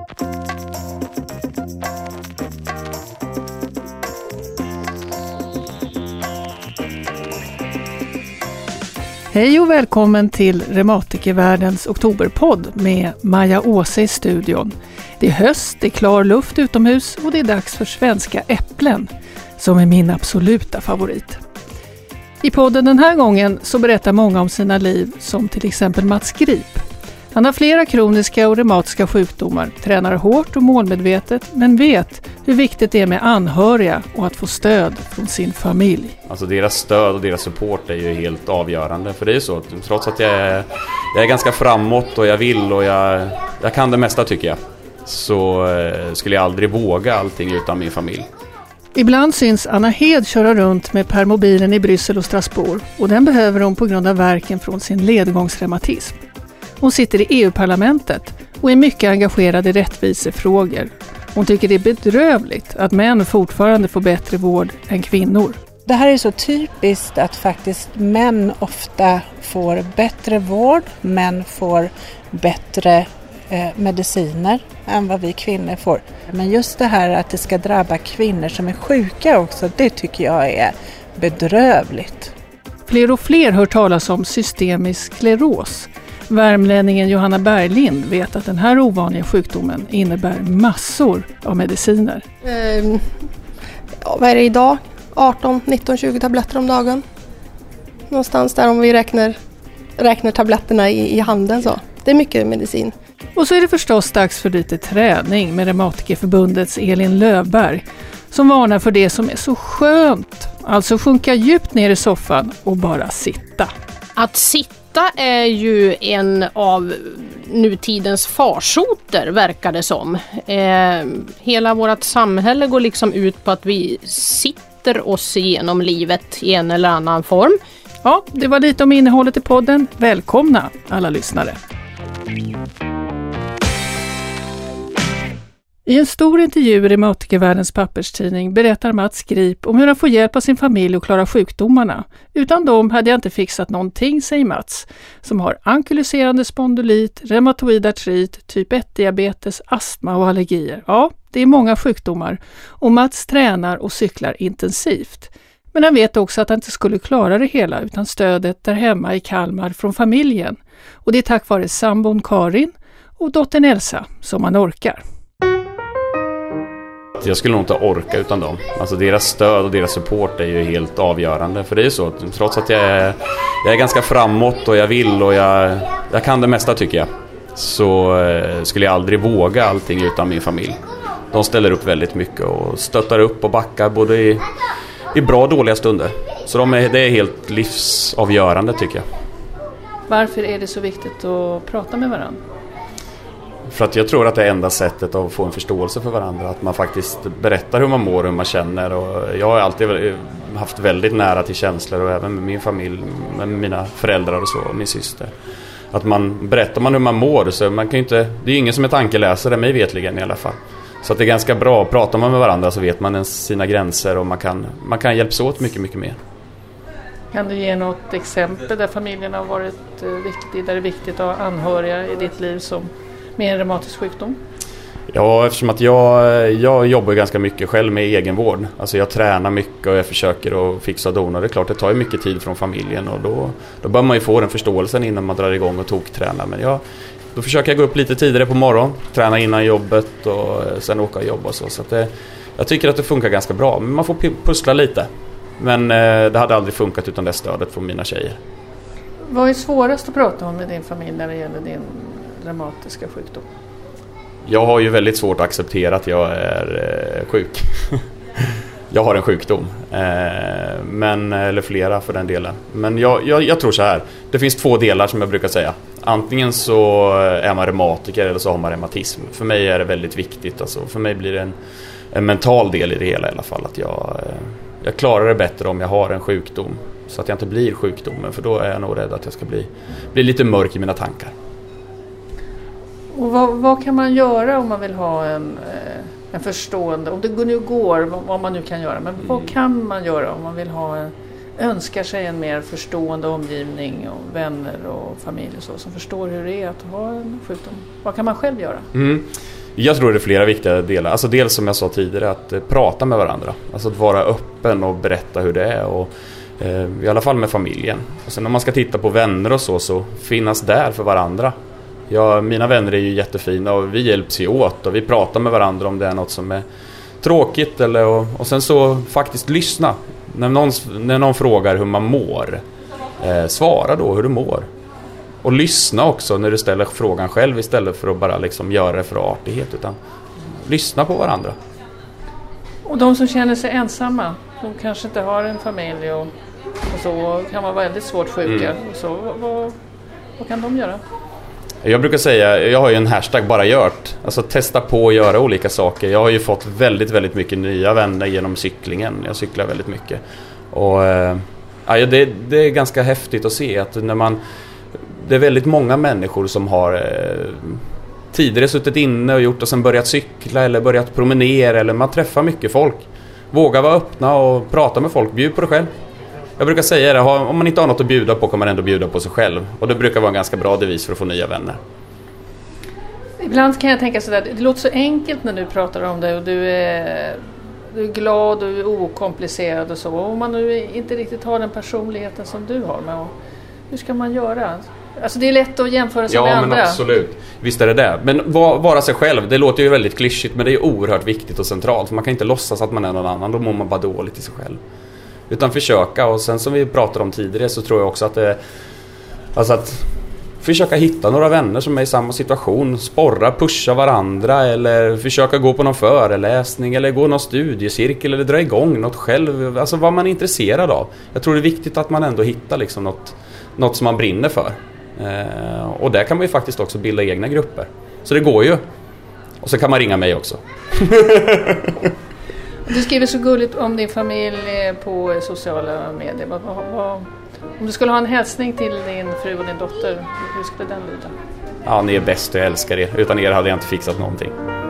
Hej och välkommen till Reumatikervärldens oktoberpodd med Maja Åse i studion. Det är höst, det är klar luft utomhus och det är dags för svenska äpplen som är min absoluta favorit. I podden den här gången så berättar många om sina liv som till exempel Mats Grip. Han har flera kroniska och reumatiska sjukdomar, tränar hårt och målmedvetet men vet hur viktigt det är med anhöriga och att få stöd från sin familj. Alltså deras stöd och deras support är ju helt avgörande. För det är ju så, trots att jag är ganska framåt och jag vill och jag kan det mesta tycker jag, så skulle jag aldrig våga allting utan min familj. Ibland syns Anna Hed köra runt med permobilen i Bryssel och Strasbourg och den behöver hon på grund av värken från sin ledgångsreumatism. Hon sitter i EU-parlamentet och är mycket engagerad i rättvisefrågor. Hon tycker det är bedrövligt att män fortfarande får bättre vård än kvinnor. Det här är så typiskt att faktiskt män ofta får bättre vård, män får bättre mediciner än vad vi kvinnor får. Men just det här att det ska drabba kvinnor som är sjuka också, det tycker jag är bedrövligt. Fler och fler hör talas om systemisk skleros. Värmlänningen Johanna Berglind vet att den här ovanliga sjukdomen innebär massor av mediciner. Vad är det idag? 18, 19, 20 tabletter om dagen. Någonstans där om vi räknar tabletterna i handen så. Det är mycket medicin. Och så är det förstås dags för lite träning med Reumatikerförbundets Elin Löfberg som varnar för det som är så skönt. Alltså sjunka djupt ner i soffan och bara sitta. Att sitta är ju en av nutidens farsoter verkar det som. Hela vårt samhälle går liksom ut på att vi sitter oss igenom livet i en eller annan form. Ja, det var lite om innehållet i podden. Välkomna alla lyssnare. I en stor intervju i Reumatikervärldens papperstidning berättar Mats Grip om hur han får hjälp av sin familj att klara sjukdomarna. Utan dem hade jag inte fixat någonting, säger Mats, som har ankyloserande spondylit, reumatoid artrit, typ 1-diabetes, astma och allergier. Ja, det är många sjukdomar och Mats tränar och cyklar intensivt. Men han vet också att han inte skulle klara det hela utan stödet där hemma i Kalmar från familjen. Och det är tack vare sambon Karin och dottern Elsa som han orkar. Jag skulle nog inte orka utan dem. Alltså deras stöd och deras support är ju helt avgörande. För det är ju så, trots att jag är ganska framåt och jag vill och jag kan det mesta tycker jag, så skulle jag aldrig våga allting utan min familj. De ställer upp väldigt mycket och stöttar upp och backar både i bra och dåliga stunder. Så det är helt livsavgörande tycker jag. Varför är det så viktigt att prata med varandra? För att jag tror att det är enda sättet att få en förståelse för varandra. Att man faktiskt berättar hur man mår och hur man känner. Och jag har alltid haft väldigt nära till känslor och även med min familj, med mina föräldrar och så, och min syster. Att berättar man hur man mår så man kan ju inte, det är ingen som är tankeläsare, mig vetligen i alla fall. Så att det är ganska bra, pratar man med varandra så vet man sina gränser och man kan hjälpas åt mycket, mycket mer. Kan du ge något exempel där familjen har varit viktig, där det är viktigt att ha anhöriga i ditt liv som med en reumatisk sjukdom? Ja, eftersom att jag jobbar ganska mycket själv med egenvård. Alltså jag tränar mycket och jag försöker att fixa och dona. Det är klart, det tar ju mycket tid från familjen och då bör man ju få den förståelsen innan man drar igång och toktränar. Men då försöker jag gå upp lite tidigare på morgon, träna innan jobbet och sen åka och jobba och så. Så att jag tycker att det funkar ganska bra, men man får pussla lite. Men det hade aldrig funkat utan det stödet från mina tjejer. Vad är svårast att prata om med din familj när det gäller din reumatiska sjukdom? Jag har ju väldigt svårt att acceptera att jag är sjuk. Jag har en sjukdom. Eller flera för den delen. Men jag tror så här. Det finns 2 delar som jag brukar säga. Antingen så är man reumatiker eller så har man reumatism. För mig är det väldigt viktigt. Alltså, för mig blir det en mental del i det hela i alla fall. Att jag klarar det bättre om jag har en sjukdom. Så att jag inte blir sjukdomen. För då är jag nog rädd att jag ska bli lite mörk i mina tankar. Och vad kan man göra om man vill ha en förstående, om det nu går, vad man nu kan göra, men vad kan man göra om man vill önskar sig en mer förstående omgivning och vänner och familj och så, som förstår hur det är att ha en sjukdom? Vad kan man själv göra? Jag tror det är flera viktiga delar. Alltså dels som jag sa tidigare, att prata med varandra. Alltså att vara öppen och berätta hur det är. Och, i alla fall med familjen. Och sen om man ska titta på vänner och så finnas där för varandra. Mina vänner är ju jättefina och vi hjälps ju åt. Och vi pratar med varandra om det är något som är tråkigt. Och sen så faktiskt lyssna. När någon frågar hur man mår, svara då hur du mår. Och lyssna också när du ställer frågan själv istället för att bara liksom göra det för artighet, utan lyssna på varandra. Och de som känner sig ensamma, de kanske inte har en familj och så kan vara väldigt svårt sjuka. Och så, vad kan de göra? Jag brukar säga, jag har ju en hashtag bara gjort. Alltså testa på att göra olika saker. Jag har ju fått väldigt, väldigt mycket nya vänner genom cyklingen. Jag cyklar väldigt mycket. Och det är ganska häftigt att se att det är väldigt många människor som har tidigare suttit inne och gjort och sen börjat cykla eller börjat promenera, eller man träffar mycket folk. Våga vara öppna och prata med folk, bjud på dig själv. Jag brukar säga det, om man inte har något att bjuda på kan man ändå bjuda på sig själv. Och det brukar vara en ganska bra devis för att få nya vänner. Ibland kan jag tänka sådär, det låter så enkelt när du pratar om det och du är glad och du är okomplicerad och så. Och om man nu inte riktigt har den personligheten som du har med, hur ska man göra? Alltså det är lätt att jämföra sig med andra. Ja, men absolut. Visst är det. Men vara sig själv, det låter ju väldigt klyschigt, men det är oerhört viktigt och centralt. För man kan inte låtsas att man är någon annan, då mår man bara dåligt i sig själv. Utan försöka, och sen som vi pratade om tidigare så tror jag också att försöka hitta några vänner som är i samma situation, sporra, pusha varandra, eller försöka gå på någon föreläsning eller gå någon studiecirkel eller dra igång något själv, alltså vad man är intresserad av. Jag tror det är viktigt att man ändå hittar liksom något som man brinner för. Och där kan man ju faktiskt också bilda egna grupper. Så det går ju. Och så kan man ringa mig också. Du skriver så gulligt om din familj på sociala medier. Om du skulle ha en hälsning till din fru och din dotter, hur skulle den lyda? Ja, ni är bäst och jag älskar er. Utan er hade jag inte fixat någonting.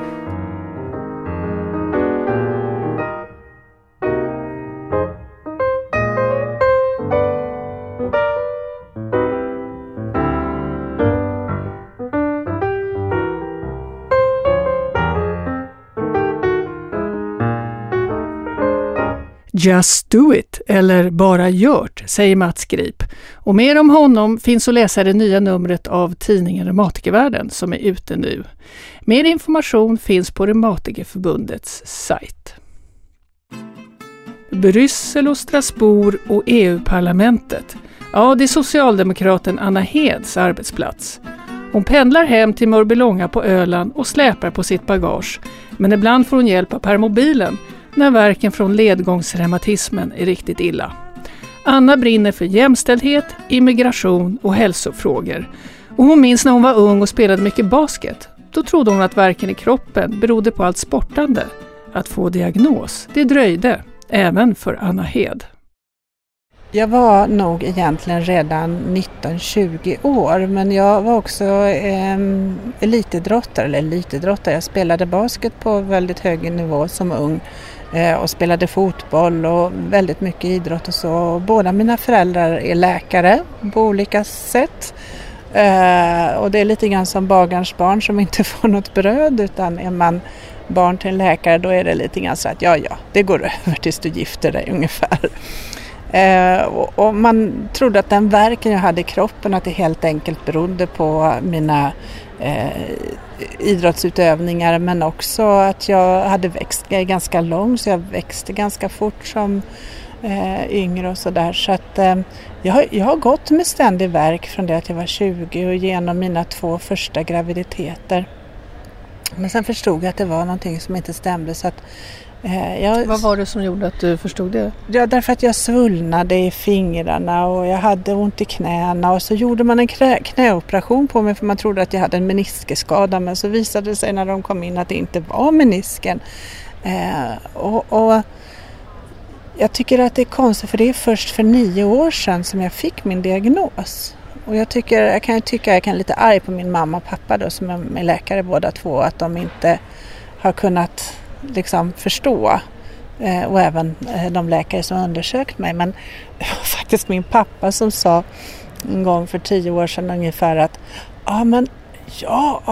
Just do it, eller bara gjort, säger Mats Grip. Och mer om honom finns att läsa i det nya numret av tidningen Reumatikervärlden som är ute nu. Mer information finns på Reumatikerförbundets sajt. Bryssel och Strasbourg och EU-parlamentet. Ja, det är socialdemokraten Anna Heds arbetsplats. Hon pendlar hem till Mörbylånga på Öland och släpar på sitt bagage. Men ibland får hon hjälp av permobilen när verken från ledgångsreumatismen är riktigt illa. Anna brinner för jämställdhet, immigration och hälsofrågor. Och hon minns när hon var ung och spelade mycket basket. Då trodde hon att verken i kroppen berodde på allt sportande. Att få diagnos, det dröjde, även för Anna Hed. Jag var nog egentligen redan 19-20 år, men jag var också elitidrottare. Jag spelade basket på väldigt hög nivå som ung och spelade fotboll och väldigt mycket idrott och så. Båda mina föräldrar är läkare på olika sätt. Och det är lite grann som bagarens barn som inte får något bröd, utan är man barn till en läkare då är det lite grann så att ja, det går över tills du gifter dig ungefär. Och man trodde att den värken jag hade i kroppen, att det helt enkelt berodde på mina idrottsutövningar, men också att jag hade växt ganska långt, så jag växte ganska fort som yngre och sådär. Så att jag har gått med ständig värk från det att jag var 20 och genom mina 2 första graviditeter. Men sen förstod jag att det var någonting som inte stämde, så att vad var det som gjorde att du förstod det? Ja, därför att jag svullnade i fingrarna och jag hade ont i knäna, och så gjorde man en knäoperation på mig för man trodde att jag hade en meniskeskada, men så visade det sig när de kom in att det inte var menisken. Och jag tycker att det är konstigt, för det är först för 9 år sedan som jag fick min diagnos. Och jag kan lite arg på min mamma och pappa då, som är läkare båda två, att de inte har kunnat liksom förstå, och även de läkare som undersökt mig. Men det var faktiskt min pappa som sa en gång för 10 år sedan ungefär att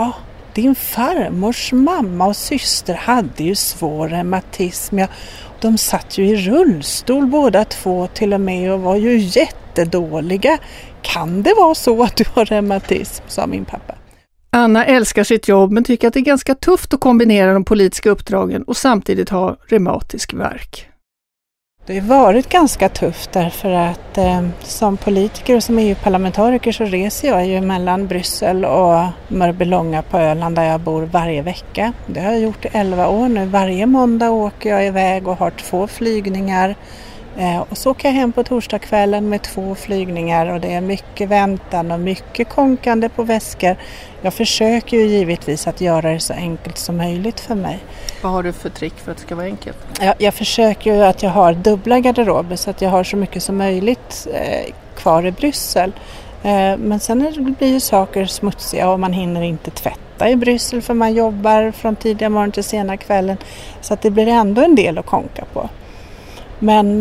din farmors mamma och syster hade ju svår reumatism. De satt ju i rullstol båda två till och med och var ju jättedåliga. Kan det vara så att du har reumatism, sa min pappa. Anna älskar sitt jobb men tycker att det är ganska tufft att kombinera de politiska uppdragen och samtidigt ha reumatisk värk. Det har varit ganska tufft därför att som politiker och som EU-parlamentariker så reser jag ju mellan Bryssel och Mörbylånga på Öland där jag bor varje vecka. Det har jag gjort i 11 år nu. Varje måndag åker jag iväg och har 2 flygningar. Och så åker jag hem på torsdagskvällen med 2 flygningar och det är mycket väntan och mycket konkande på väskor. Jag försöker ju givetvis att göra det så enkelt som möjligt för mig. Vad har du för trick för att det ska vara enkelt? Jag försöker ju att jag har dubbla garderober så att jag har så mycket som möjligt kvar i Bryssel. Men sen blir ju saker smutsiga och man hinner inte tvätta i Bryssel för man jobbar från tidiga morgon till sena kvällen. Så att det blir ändå en del att konka på. Men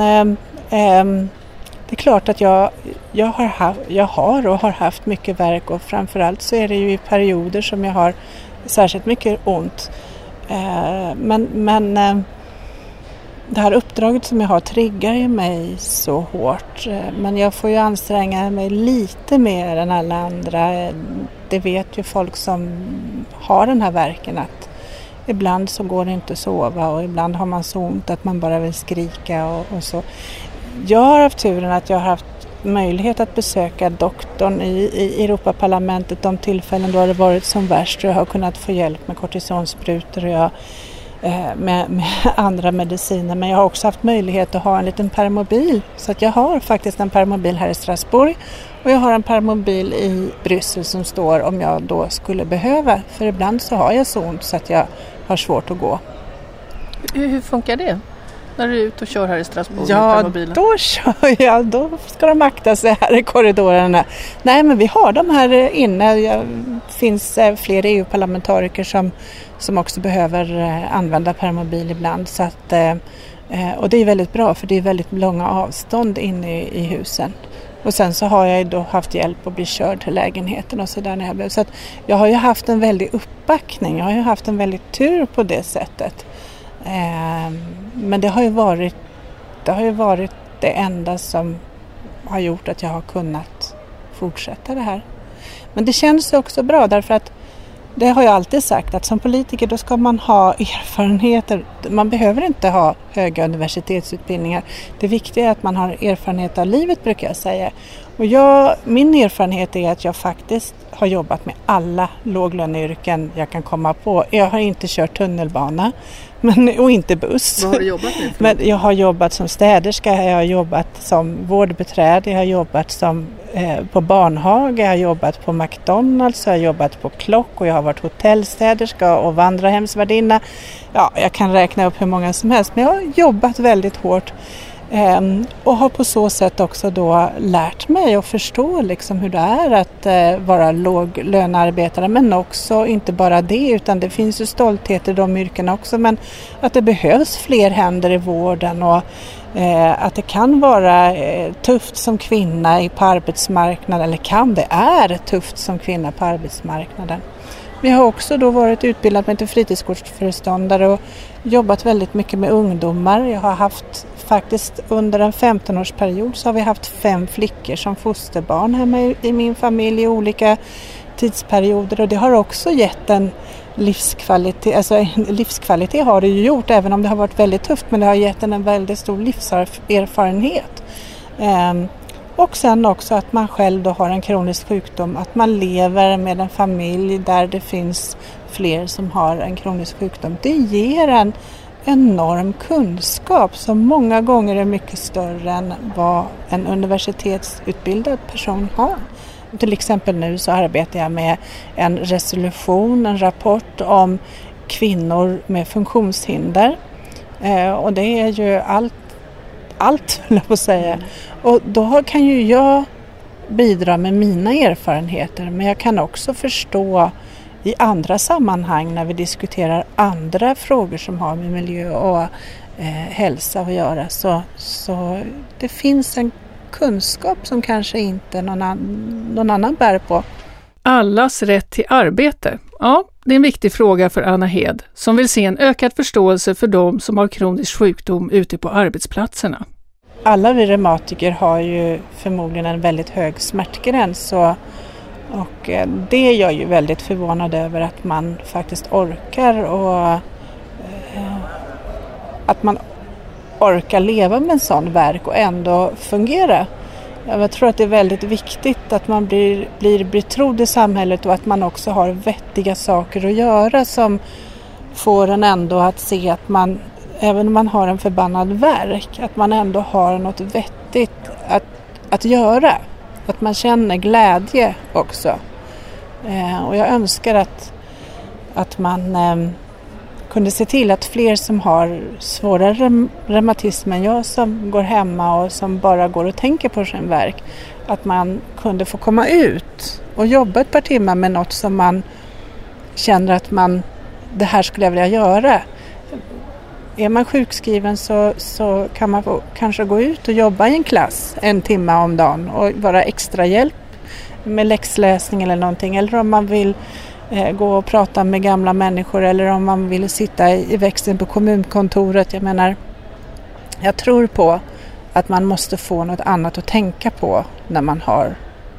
det är klart att jag har och har haft mycket värk och framförallt så är det ju i perioder som jag har särskilt mycket ont. Men det här uppdraget som jag har triggar ju mig så hårt. Men jag får ju anstränga mig lite mer än alla andra. Det vet ju folk som har den här värken att ibland så går det inte att sova och ibland har man så ont att man bara vill skrika och så. Jag har haft turen att jag har haft möjlighet att besöka doktorn i Europaparlamentet de tillfällen då det varit som värst och jag har kunnat få hjälp med kortisonsprutor och med andra mediciner. Men jag har också haft möjlighet att ha en liten permobil så att jag har faktiskt en permobil här i Strasbourg och jag har en permobil i Bryssel som står om jag då skulle behöva. För ibland så har jag så ont så att jag har svårt att gå. Hur funkar det? När du är ute och kör här i Strasbourg med permobilen? Då kör jag. Då ska de akta sig här i korridorerna. Nej, men vi har de här inne. Det finns fler EU-parlamentariker som också behöver använda permobil ibland. Så att, och det är väldigt bra för det är väldigt långa avstånd inne i husen. Och sen så har jag då haft hjälp att bli körd till lägenheten och sådär när jag blev. Så att jag har ju haft en väldig uppbackning. Jag har ju haft en väldigt tur på det sättet. Men det har ju varit det enda som har gjort att jag har kunnat fortsätta det här. Men det känns också bra därför att det har jag alltid sagt att som politiker då ska man ha erfarenheter. Man behöver inte ha höga universitetsutbildningar. Det viktiga är att man har erfarenhet av livet brukar jag säga. Och min erfarenhet är att jag faktiskt har jobbat med alla låglöneyrken jag kan komma på. Jag har inte kört tunnelbana och inte buss. Vad har du jobbat med? Men jag har jobbat som städerska, jag har jobbat som vårdbiträde, jag har jobbat på barnhage, jag har jobbat på McDonalds, jag har jobbat på Klock och jag har varit hotellstäderska och vandrarhemsvärdinna. Ja, jag kan räkna upp hur många som helst men jag har jobbat väldigt hårt. Och har på så sätt också då lärt mig att förstå liksom hur det är att vara låglönearbetare men också inte bara det utan det finns ju stolthet i de yrkena också men att det behövs fler händer i vården och att det kan vara tufft som kvinna på arbetsmarknaden det är tufft som kvinna på arbetsmarknaden. Vi har också då varit utbildad till fritidsgårdsföreståndare och jobbat väldigt mycket med ungdomar. Jag har haft faktiskt under en 15-årsperiod så har vi haft 5 flickor som fosterbarn hemma i min familj i olika tidsperioder och det har också gett en livskvalitet. Alltså livskvalitet har det ju gjort även om det har varit väldigt tufft men det har gett en väldigt stor livserfarenhet. Och sen också att man själv då har en kronisk sjukdom, att man lever med en familj där det finns fler som har en kronisk sjukdom. Det ger en enorm kunskap som många gånger är mycket större än vad en universitetsutbildad person har. Till exempel nu så arbetar jag med en resolution, en rapport om kvinnor med funktionshinder. Och det är ju allt vill jag få säga. Och då kan ju jag bidra med mina erfarenheter men jag kan också förstå i andra sammanhang när vi diskuterar andra frågor som har med miljö och hälsa att göra så det finns en kunskap som kanske inte någon annan bär på. Allas rätt till arbete. Ja, Det är en viktig fråga för Anna Hed som vill se en ökad förståelse för de som har kronisk sjukdom ute på arbetsplatserna. Alla vi reumatiker har ju förmodligen en väldigt hög smärtgräns och det gör ju väldigt förvånad över att man faktiskt orkar och att man orkar leva med en sån värk och ändå fungera. Jag tror att det är väldigt viktigt att man blir betrodd i samhället och att man också har vettiga saker att göra som får en ändå att se att man, även om man har en förbannad värk, att man ändå har något vettigt att göra. Att man känner glädje också. Och jag önskar att man kunde se till att fler som har svårare reumatism än jag som går hemma och som bara går och tänker på sin värk, att man kunde få komma ut och jobba ett par timmar med något som man känner att det här skulle jag vilja göra. Är man sjukskriven så kan man kanske gå ut och jobba i en klass en timme om dagen och vara extra hjälp med läxläsning eller någonting. Eller om man vill gå och prata med gamla människor eller om man vill sitta i växeln på kommunkontoret. Jag tror på att man måste få något annat att tänka på när man har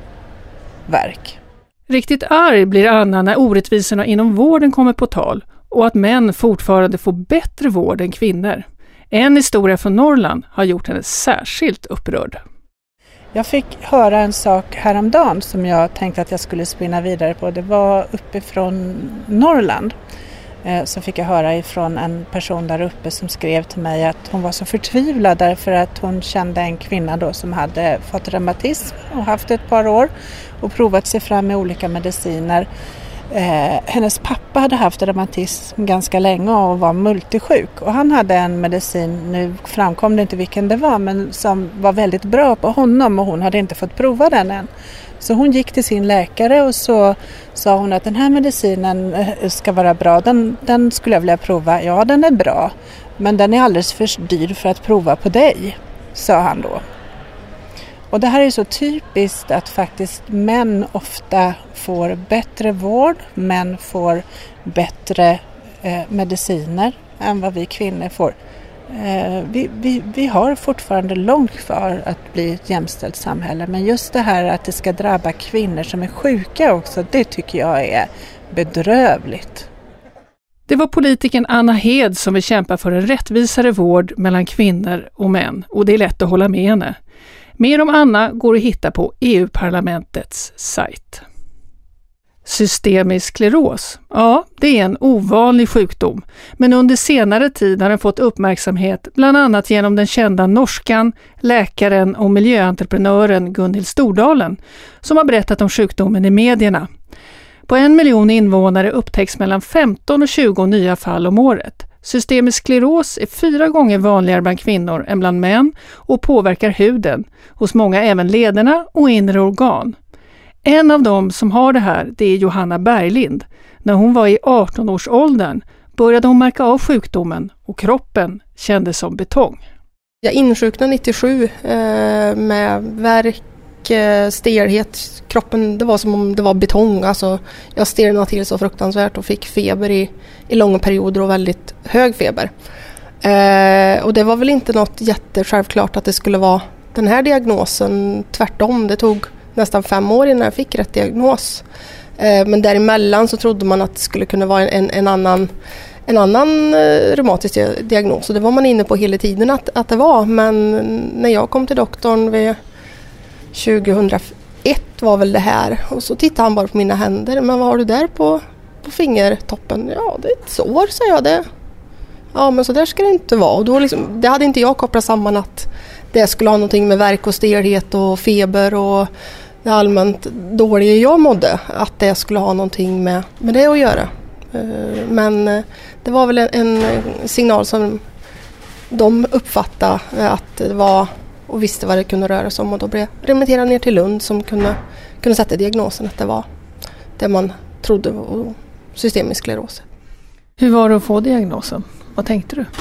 värk. Riktigt arg blir Anna när orättvisorna inom vården kommer på tal och att män fortfarande får bättre vård än kvinnor. En historia från Norrland har gjort henne särskilt upprörd. Jag fick höra en sak häromdagen som jag tänkte att jag skulle spinna vidare på. Det var uppifrån Norrland. Så fick jag höra ifrån en person där uppe som skrev till mig att hon var så förtvivlad därför att hon kände en kvinna då som hade fått reumatism och haft ett par år och provat sig fram med olika mediciner. Hennes pappa hade haft reumatism ganska länge och var multisjuk och han hade en medicin, nu framkom det inte vilken det var, men som var väldigt bra på honom och hon hade inte fått prova den än. Så hon gick till sin läkare och så sa hon att den här medicinen ska vara bra, den skulle jag vilja prova. Ja, den är bra, men den är alldeles för dyr för att prova på dig, sa han då. Och det här är så typiskt att faktiskt män ofta får bättre vård, män får bättre mediciner än vad vi kvinnor får. Vi har fortfarande långt kvar att bli ett jämställt samhälle, men just det här att det ska drabba kvinnor som är sjuka också, det tycker jag är bedrövligt. Det var politikern Anna Hed som vill kämpa för en rättvisare vård mellan kvinnor och män och det är lätt att hålla med henne. Mer om Anna går att hitta på EU-parlamentets sajt. Systemisk skleros. Ja, det är en ovanlig sjukdom, men under senare tid har den fått uppmärksamhet bland annat genom den kända norskan, läkaren och miljöentreprenören Gunhild Stordalen som har berättat om sjukdomen i medierna. På 1 miljon invånare upptäcks mellan 15 och 20 nya fall om året. Systemisk skleros är 4 gånger vanligare bland kvinnor än bland män och påverkar huden, hos många även lederna och inre organ. En av dem som har det här, det är Johanna Berglind. När hon var i 18-årsåldern började hon märka av sjukdomen och kroppen kändes som betong. Jag insjuknade 97 med värk, stelhet. Kroppen, det var som om det var betong. Alltså, jag stelnade till så fruktansvärt och fick feber i långa perioder och väldigt hög feber. Och det var väl inte något jättesjälvklart att det skulle vara den här diagnosen. Tvärtom, det tog nästan 5 år innan jag fick rätt diagnos. Men däremellan så trodde man att det skulle kunna vara en annan reumatisk diagnos. Och det var man inne på hela tiden att det var. Men när jag kom till doktorn vid 2001 var väl det här. Och så tittade han bara på mina händer. Men vad har du där på fingertoppen? Ja, det är ett sår, sa jag det. Ja, men så där ska det inte vara. Och då det hade inte jag kopplat samman att det skulle ha någonting med värk och stelhet och feber och det allmänt dåliga jag mådde. Att det skulle ha någonting med det att göra. Men det var väl en signal som de uppfattade att det var och visste vad det kunde röra sig om. Och då blev jag remitterad ner till Lund som kunde sätta diagnosen att det var det man trodde var systemisk skleros. Hur var det att få diagnosen? Vad tänkte du?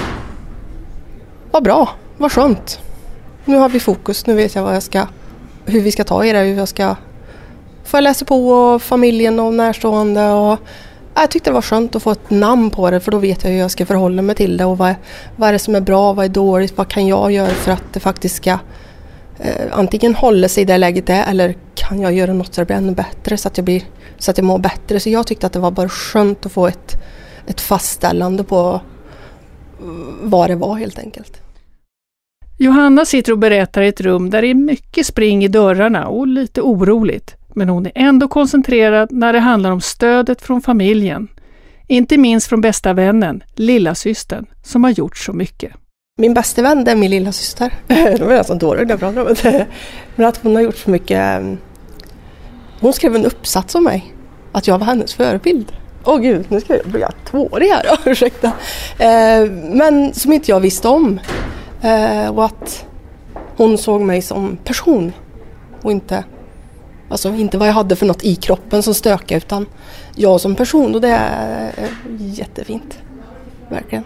Vad bra, vad skönt. Nu har vi fokus, nu vet jag hur vi ska ta i det, hur jag ska få läsa på och familjen och närstående och Jag tyckte det var skönt att få ett namn på det, för då vet jag hur jag ska förhålla mig till det och vad är det som är bra, vad är dåligt, vad kan jag göra för att det faktiskt ska antingen hålla sig i det läget det, eller kan jag göra något så det blir ännu bättre så att jag mår bättre. Så jag tyckte att det var bara skönt att få ett fastställande på vad det var helt enkelt. Johanna sitter och berättar i ett rum där det är mycket spring i dörrarna och lite oroligt. Men hon är ändå koncentrerad när det handlar om stödet från familjen. Inte minst från bästa vännen, lillasystern, som har gjort så mycket. Min bästa vän är min lillasyster. Det var nästan dåligt jag pratade om. Men att hon har gjort så mycket. Hon skrev en uppsats om mig. Att jag var hennes förebild. Gud, nu ska jag bli tvåårig här. Ursäkta. Men som inte jag visste om. Och att hon såg mig som person. Och inte vad jag hade för något i kroppen som stökade, utan jag som person. Och det är jättefint. Verkligen.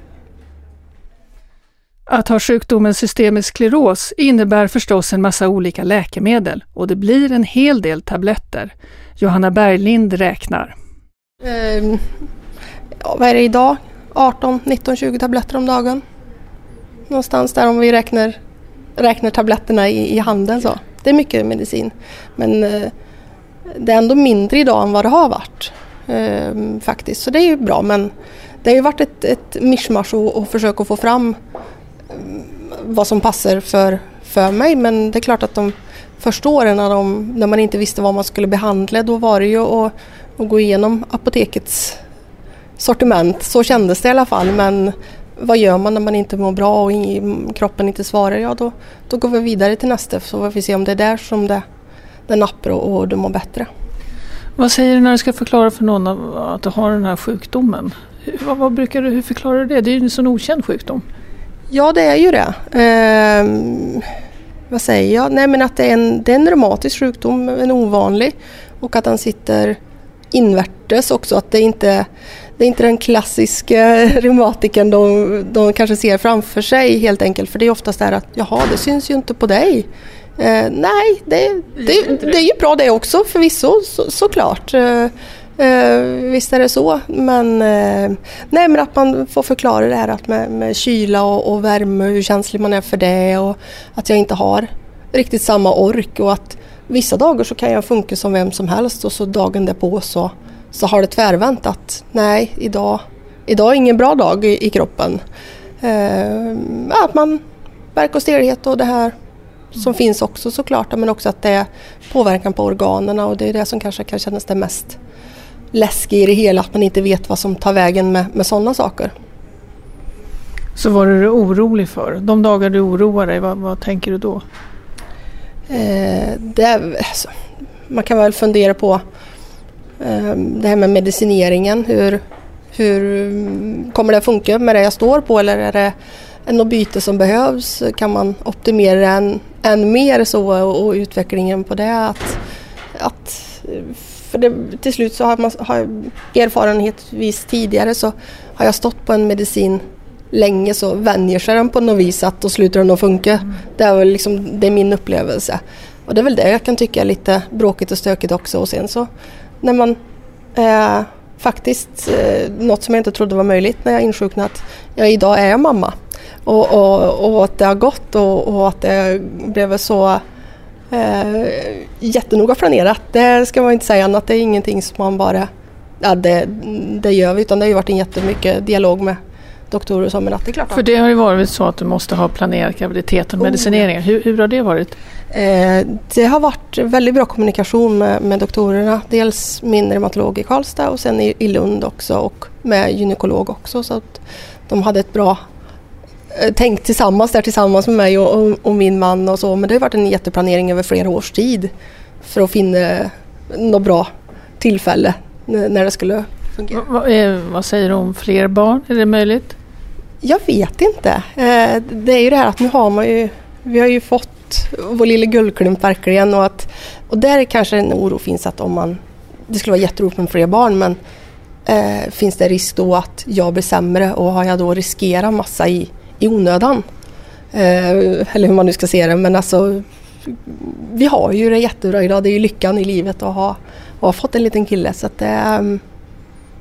Att ha sjukdomen systemisk skleros innebär förstås en massa olika läkemedel och det blir en hel del tabletter. Johanna Berglind räknar. Vad är det idag? 18, 19, 20 tabletter om dagen. Någonstans där om vi räknar tabletterna i handen så. Det är mycket medicin. Men det är ändå mindre idag än vad det har varit. Faktiskt. Så det är ju bra, men det har ju varit ett mischmasch att försöka få fram vad som passar för mig. Men det är klart att de första åren när man inte visste vad man skulle behandla, då var det ju att gå igenom apotekets sortiment. Så kändes det i alla fall. Men vad gör man när man inte mår bra och kroppen inte svarar? Ja, då går vi vidare till nästa, så får vi se om det är där som det nappar och du mår bättre. Vad säger du när du ska förklara för någon att du har den här sjukdomen? Hur förklarar du det? Det är ju en sån okänd sjukdom. Ja, det är ju det. Vad säger jag? Nej, men att det är en reumatisk sjukdom, en ovanlig. Och att den sitter invärtes också. Att det är inte den klassiska reumatiken de kanske ser framför sig helt enkelt. För det är oftast där att, det syns ju inte på dig. Nej, det är ju bra det också förvisso, såklart. Visst är det så, men men att man får förklara det här att med kyla och värme, hur känslig man är för det, och att jag inte har riktigt samma ork, och att vissa dagar så kan jag funka som vem som helst, och så dagen därpå så har det tvärvänt att nej, idag är ingen bra dag i kroppen. Att man verkar och stelhet och det här som finns också såklart, men också att det är påverkan på organerna, och det är det som kanske kan kännas det mest läskigt i det hela, att man inte vet vad som tar vägen med sådana saker. Så vad är du orolig för? De dagar du oroar dig, vad tänker du då? Man kan väl fundera på det här med medicineringen. Hur kommer det att funka med det jag står på, eller är det något byte som behövs? Kan man optimera än mer så, och utvecklingen på det? För det, till slut så har erfarenhetsvis tidigare så har jag stått på en medicin länge, så vänjer sig den på något vis att då slutar den att funka. Det är min upplevelse. Och det är väl det jag kan tycka är lite bråkigt och stökigt också. Och sen så när man faktiskt något som jag inte trodde var möjligt när jag insjuknade, att idag är jag mamma. Och att det har gått och att det blev så jättenoga planerat. Det ska man inte säga, att det är ingenting som man bara det gör vi, utan det har ju varit en jättemycket dialog med doktorer som, men att det är klart. För det har ju varit så att du måste ha planerat graviditet och medicineringar. Hur har det varit? Det har varit väldigt bra kommunikation med doktorerna. Dels min reumatolog i Karlstad och sen i Lund också, och med gynekolog också, så att de hade ett bra tänkt tillsammans med mig och min man och så. Men det har varit en jätteplanering över flera års tid för att finna något bra tillfälle när det skulle fungera. Vad säger du om fler barn? Är det möjligt? Jag vet inte. Det är ju det här att nu vi har ju fått vår lilla guldklump verkligen, och där kanske en oro finns att det skulle vara jätteroligt med fler barn, men finns det risk då att jag blir sämre, och har jag då riskerat massa i onödan? Eller hur man nu ska se det, men alltså vi har ju det jättebra idag. Det är ju lyckan i livet att ha fått en liten kille, så att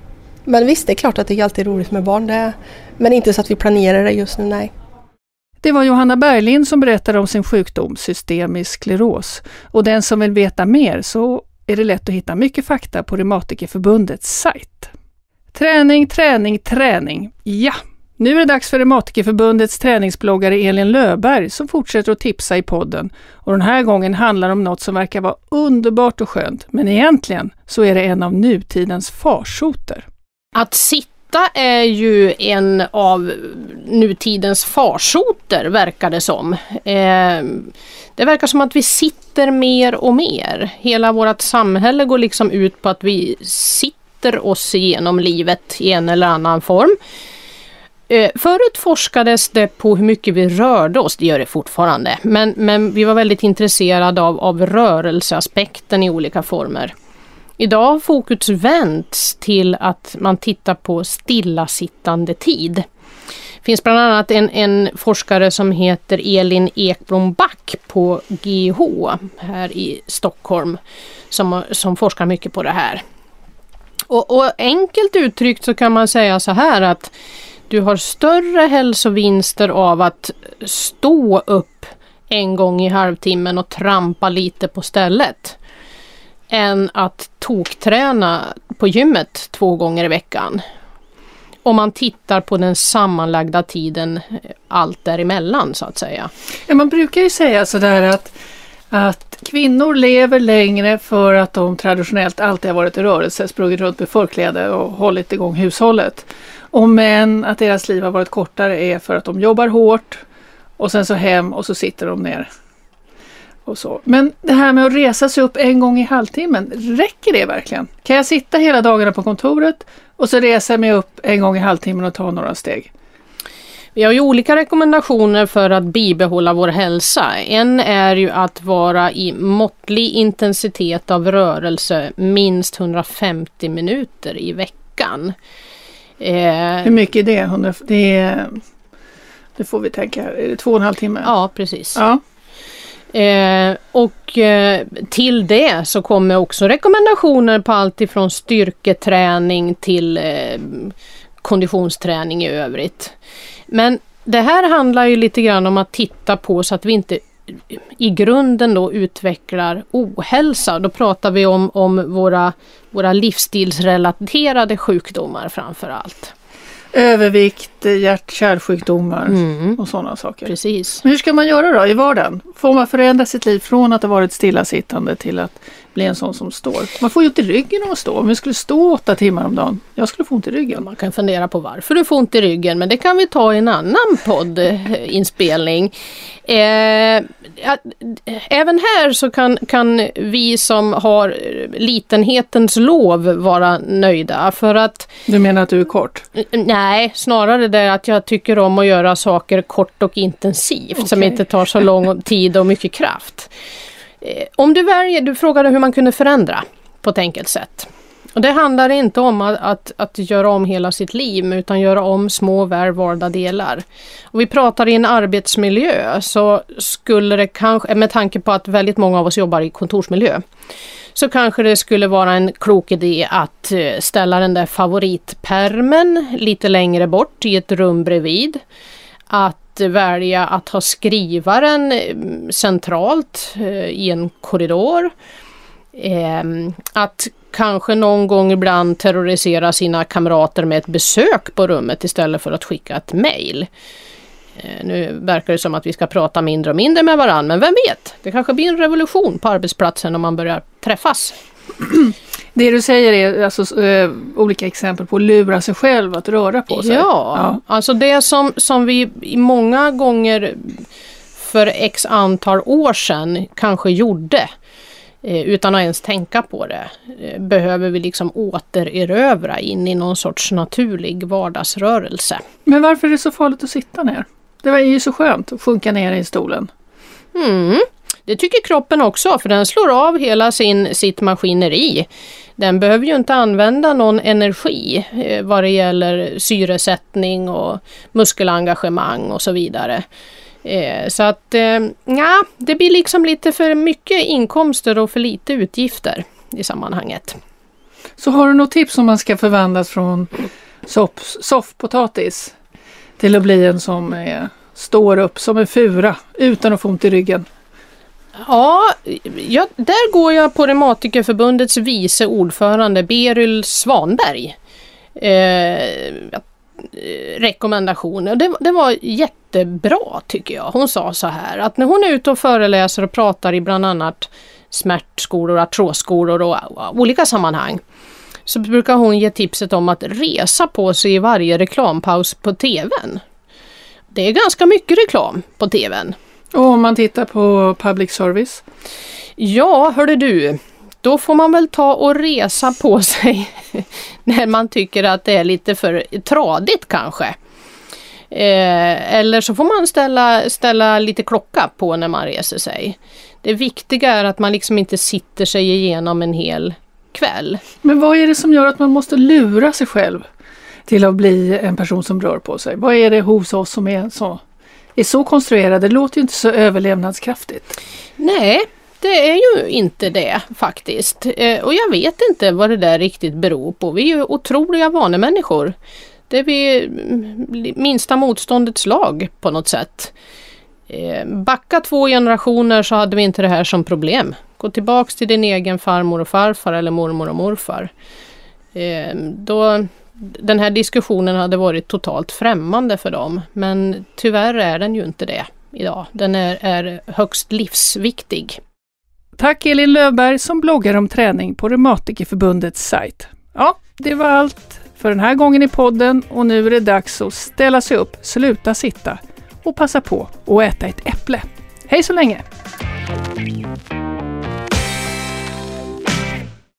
Men visst, det är klart att det är alltid roligt med barn. Men inte så att vi planerar det just nu, nej. Det var Johanna Berglind som berättade om sin sjukdom, systemisk skleros. Och den som vill veta mer, så är det lätt att hitta mycket fakta på Reumatikerförbundets sajt. Träning, träning, träning. Ja, nu är det dags för Reumatikerförbundets träningsbloggare Elin Löfberg som fortsätter att tipsa i podden. Och den här gången handlar det om något som verkar vara underbart och skönt. Men egentligen så är det en av nutidens farsoter. Att sitta är ju en av nutidens farsoter, verkar det som. Det verkar som att vi sitter mer och mer. Hela vårt samhälle går liksom ut på att vi sitter oss igenom livet i en eller annan form. Förut forskades det på hur mycket vi rörde oss, det gör det fortfarande. Men vi var väldigt intresserade av rörelseaspekten i olika former. Idag har fokus vänts till att man tittar på stillasittande tid. Det finns bland annat en forskare som heter Elin Ekblom Back på GH här i Stockholm som forskar mycket på det här. Och enkelt uttryckt så kan man säga så här att du har större hälsovinster av att stå upp en gång i halvtimmen och trampa lite på stället än att tokträna på gymmet 2 gånger i veckan. Om man tittar på den sammanlagda tiden allt däremellan så att säga. Ja, man brukar ju säga sådär att kvinnor lever längre för att de traditionellt alltid har varit i rörelse, sprungit runt med förkläde och hållit igång hushållet. Och män att deras liv har varit kortare är för att de jobbar hårt och sen så hem och så sitter de ner. Och så. Men det här med att resa sig upp en gång i halvtimmen, räcker det verkligen? Kan jag sitta hela dagarna på kontoret och så resa mig upp en gång i halvtimmen och ta några steg? Vi har ju olika rekommendationer för att bibehålla vår hälsa. En är ju att vara i måttlig intensitet av rörelse minst 150 minuter i veckan. Hur mycket är det? Det får vi tänka. Är det 2,5 timmar? Ja, precis. Ja. Och till det så kommer också rekommendationer på allt ifrån styrketräning till konditionsträning i övrigt. Men det här handlar ju lite grann om att titta på så att vi inte i grunden då utvecklar ohälsa. Då pratar vi om våra livsstilsrelaterade sjukdomar framför allt. Övervikt, hjärt-kärlsjukdomar och sådana saker. Precis. Men hur ska man göra då i vardagen? Får man förändra sitt liv från att ha varit stillasittande till att bli en sån som står? Man får ju ont i ryggen om man står. Om vi skulle stå 8 timmar om dagen, jag skulle få ont i ryggen. Man kan fundera på varför du får ont i ryggen, men det kan vi ta i en annan poddinspelning. Även här så kan vi som har litenhetens lov vara nöjda för att... Du menar att du är kort? Nej, snarare det att jag tycker om att göra saker kort och intensivt som inte tar så lång tid och mycket kraft. Om du frågade hur man kunde förändra på ett enkelt sätt. Och det handlar inte om att göra om hela sitt liv utan göra om små vardagsdelar. Och vi pratar i en arbetsmiljö så skulle det kanske, med tanke på att väldigt många av oss jobbar i kontorsmiljö, så kanske det skulle vara en klok idé att ställa den där favoritpermen lite längre bort i ett rum bredvid. Att välja att ha skrivaren centralt i en korridor. Att kanske någon gång ibland terrorisera sina kamrater med ett besök på rummet istället för att skicka ett mejl. Nu verkar det som att vi ska prata mindre och mindre med varandra, men vem vet? Det kanske blir en revolution på arbetsplatsen om man börjar träffas. Det du säger är alltså olika exempel på att lura sig själv att röra på sig. Ja. Alltså det som vi många gånger för x antal år sedan kanske gjorde utan att ens tänka på det, behöver vi liksom återerövra in i någon sorts naturlig vardagsrörelse. Men varför är det så farligt att sitta ner? Det var ju så skönt att sjunka ner i stolen. Det tycker kroppen också, för den slår av hela sitt maskineri. Den behöver ju inte använda någon energi vad det gäller syresättning och muskelengagemang och så vidare. Så att det blir liksom lite för mycket inkomster och för lite utgifter i sammanhanget. Så har du något tips om man ska förvandlas från soffpotatis till att bli en som står upp som en fura utan att få ont i ryggen? Ja, där går jag på Reumatikerförbundets vice ordförande Beryl Svanberg. Rekommendationer. Det var jättebra tycker jag. Hon sa så här att när hon är ute och föreläser och pratar i bland annat smärtskolor, artrosskolor och olika sammanhang, så brukar hon ge tipset om att resa på sig i varje reklampaus på tvn. Det är ganska mycket reklam på tvn. Och om man tittar på public service? Ja, hörde du. Då får man väl ta och resa på sig när man tycker att det är lite för tradigt kanske. Eller så får man ställa lite klocka på när man reser sig. Det viktiga är att man liksom inte sitter sig igenom en hel kväll. Men vad är det som gör att man måste lura sig själv till att bli en person som rör på sig? Vad är det hos oss som är så konstruerade? Det låter ju inte så överlevnadskraftigt. Nej, det är ju inte det faktiskt. Och jag vet inte vad det där riktigt beror på. Vi är ju otroliga vanemänniskor. Det är vi minsta motståndets lag på något sätt. Backa 2 generationer så hade vi inte det här som problem. Gå tillbaks till din egen farmor och farfar eller mormor och morfar. Då den här diskussionen hade varit totalt främmande för dem. Men tyvärr är den ju inte det idag. Den är högst livsviktig. Tack Elin Löfberg som bloggar om träning på Reumatikerförbundets sajt. Ja, det var allt för den här gången i podden och nu är det dags att ställa sig upp, sluta sitta och passa på att äta ett äpple. Hej så länge!